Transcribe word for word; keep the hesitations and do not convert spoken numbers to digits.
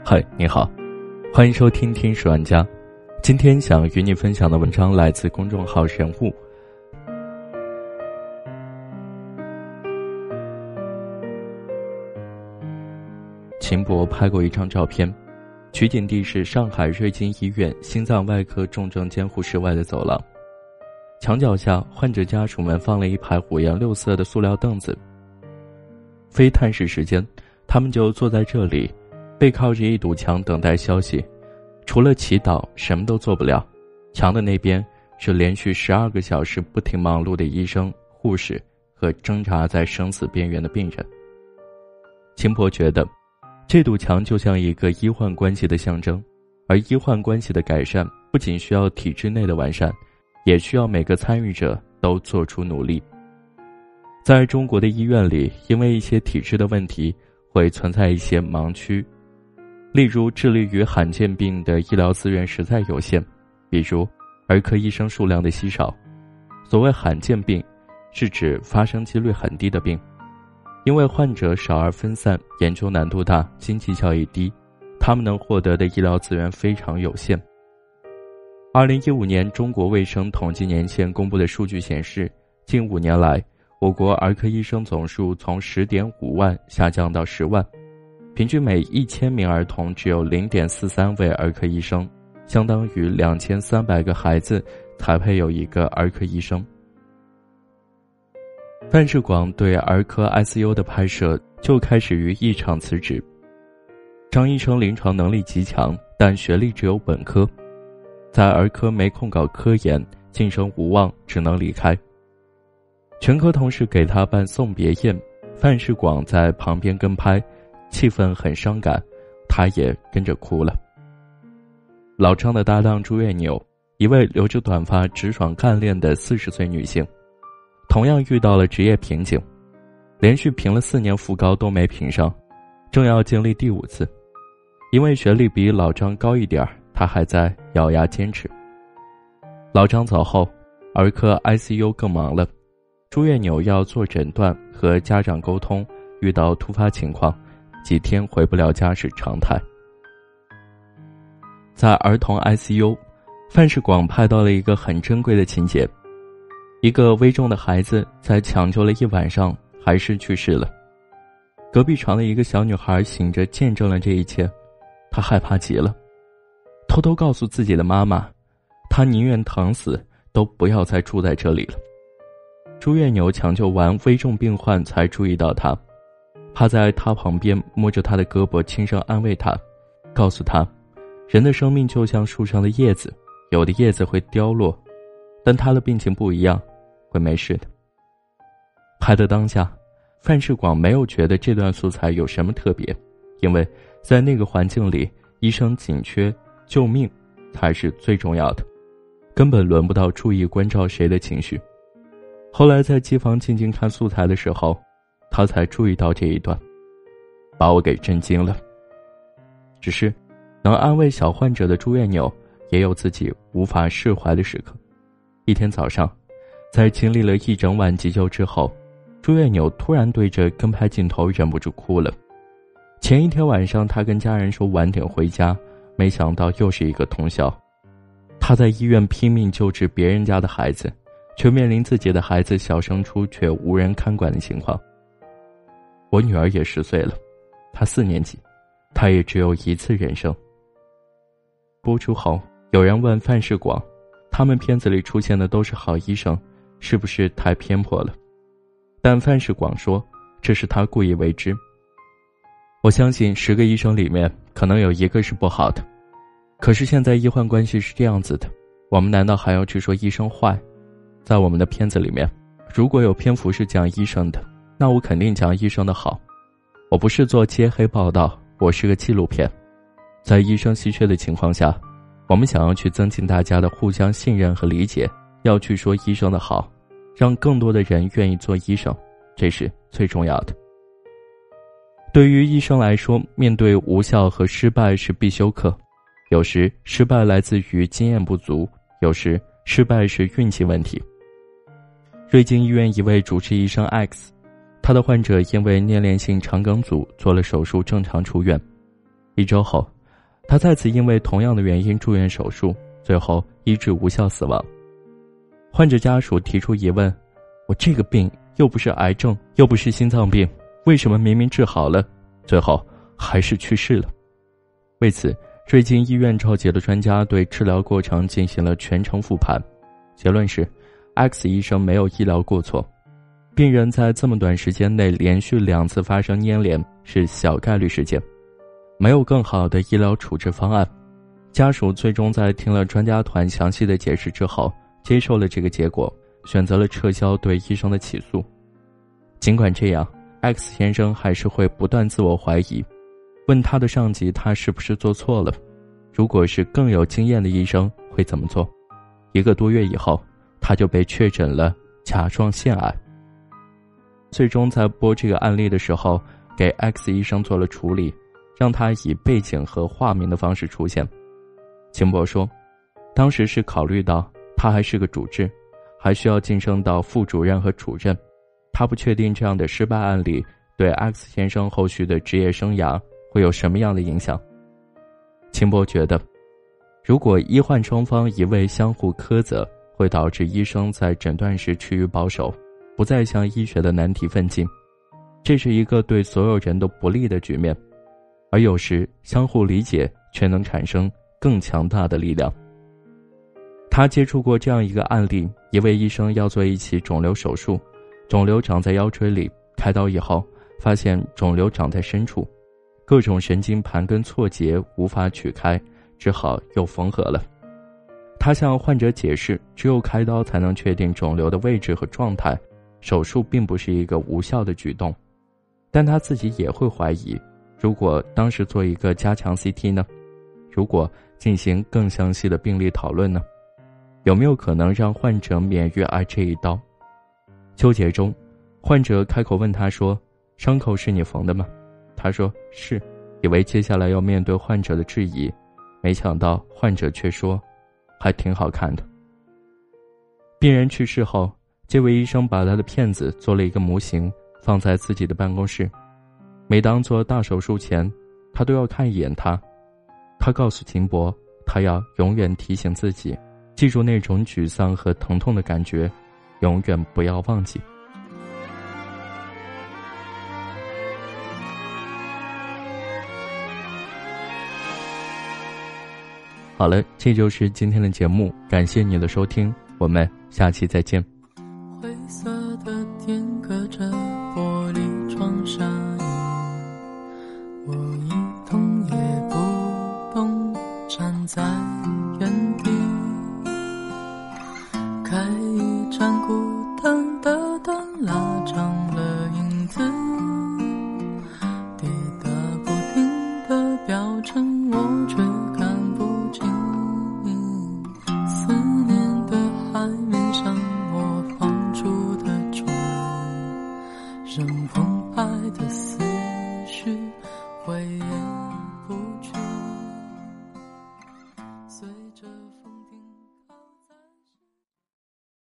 嗨，你好，欢迎收听天使玩家。今天想与你分享的文章来自公众号人物。秦博拍过一张照片，取景地是上海瑞金医院心脏外科重症监护室外的走廊。墙角下，患者家属们放了一排五颜六色的塑料凳子。非探视时间，他们就坐在这里，背靠着一堵墙等待消息，除了祈祷什么都做不了。墙的那边是连续十二个小时不停忙碌的医生、护士和挣扎在生死边缘的病人。秦博觉得这堵墙就像一个医患关系的象征，而医患关系的改善不仅需要体制内的完善，也需要每个参与者都做出努力。在中国的医院里，因为一些体制的问题，会存在一些盲区，例如致力于罕见病的医疗资源实在有限，比如儿科医生数量的稀少。所谓罕见病，是指发生几率很低的病，因为患者少而分散，研究难度大，经济效益低，他们能获得的医疗资源非常有限。二零一五年中国卫生统计年线公布的数据显示，近五年来我国儿科医生总数从 十点五万下降到十万，平均每一千名儿童只有 零点四三位儿科医生，相当于两千三百个孩子才配有一个儿科医生。范世广对儿科 I C U 的拍摄就开始于一场辞职。张医生临床能力极强，但学历只有本科，在儿科没空搞科研，晋升无望，只能离开。全科同事给他办送别宴，范世广在旁边跟拍，气氛很伤感，他也跟着哭了。老张的搭档朱月纽，一位留着短发直爽干练的四十岁女性，同样遇到了职业瓶颈，连续评了四年副高都没评上，正要经历第五次。因为学历比老张高一点，他还在咬牙坚持。老张走后，儿科 I C U 更忙了，朱月纽要做诊断和家长沟通，遇到突发情况，几天回不了家是常态。在儿童 I C U， 范世广拍到了一个很珍贵的情节，一个危重的孩子在抢救了一晚上还是去世了。隔壁床的一个小女孩醒着见证了这一切，她害怕极了，偷偷告诉自己的妈妈，她宁愿疼死都不要再住在这里了。朱月纽抢救完危重病患才注意到他，趴在他旁边摸着他的胳膊，轻声安慰他，告诉他，人的生命就像树上的叶子，有的叶子会凋落，但他的病情不一样，会没事的。拍的当下，范世广没有觉得这段素材有什么特别，因为在那个环境里，医生紧缺，救命才是最重要的，根本轮不到注意关照谁的情绪。后来在机房静静看素材的时候，他才注意到这一段，把我给震惊了。只是能安慰小患者的朱月纽也有自己无法释怀的时刻。一天早上，在经历了一整晚急救之后，朱月纽突然对着跟拍镜头忍不住哭了。前一天晚上，他跟家人说晚点回家，没想到又是一个通宵。他在医院拼命救治别人家的孩子，却面临自己的孩子小升初却无人看管的情况。我女儿也十岁了，她四年级，她也只有一次人生。播出后，有人问范世广，他们片子里出现的都是好医生，是不是太偏颇了？但范世广说，这是他故意为之。我相信十个医生里面可能有一个是不好的，可是现在医患关系是这样子的，我们难道还要去说医生坏？在我们的片子里面，如果有篇幅是讲医生的，那我肯定讲医生的好。我不是做揭黑报道，我是个纪录片。在医生稀缺的情况下，我们想要去增进大家的互相信任和理解，要去说医生的好，让更多的人愿意做医生，这是最重要的。对于医生来说，面对无效和失败是必修课，有时失败来自于经验不足，有时失败是运气问题。瑞金医院一位主治医生 X， 他的患者因为粘连性肠梗阻做了手术，正常出院。一周后， 他再次因为同样的原因住院手术，最后医治无效死亡。患者家属提出疑问，我这个病又不是癌症，又不是心脏病，为什么明明治好了，最后还是去世了？为此，瑞金医院召集了专家对治疗过程进行了全程复盘，结论是 X 医生没有医疗过错，病人在这么短时间内连续两次发生粘连是小概率事件，没有更好的医疗处置方案。家属最终在听了专家团详细的解释之后，接受了这个结果，选择了撤销对医生的起诉。尽管这样， X 先生还是会不断自我怀疑，问他的上级他是不是做错了，如果是更有经验的医生会怎么做。一个多月以后，他就被确诊了甲状腺癌。最终在播这个案例的时候，给 X 医生做了处理，让他以背景和化名的方式出现。秦博说，当时是考虑到他还是个主治，还需要晋升到副主任和主任，他不确定这样的失败案例对 X 先生后续的职业生涯会有什么样的影响。秦博觉得，如果医患双方一味相互苛责，会导致医生在诊断时趋于保守，不再向医学的难题奋进，这是一个对所有人都不利的局面。而有时相互理解却能产生更强大的力量。他接触过这样一个案例，一位医生要做一起肿瘤手术，肿瘤长在腰椎里，开刀以后发现肿瘤长在深处，各种神经盘根错节无法取开，只好又缝合了。他向患者解释，只有开刀才能确定肿瘤的位置和状态，手术并不是一个无效的举动。但他自己也会怀疑，如果当时做一个加强 C T 呢？如果进行更详细的病例讨论呢？有没有可能让患者免于挨这一刀？纠结中，患者开口问他说，伤口是你缝的吗？他说是，以为接下来要面对患者的质疑，没想到患者却说还挺好看的。病人去世后，这位医生把他的片子做了一个模型，放在自己的办公室。每当做大手术前，他都要看一眼他。他告诉秦博，他要永远提醒自己，记住那种沮丧和疼痛的感觉，永远不要忘记。好了，这就是今天的节目，感谢你的收听，我们下期再见。 灰色的天隔着玻璃窗下我一动也不动，站在原地，开一盏孤单的灯，拉长了影子，滴答不停的表征，我却看不清。思念的海面上我放出的船，任澎湃的思绪挥之不去。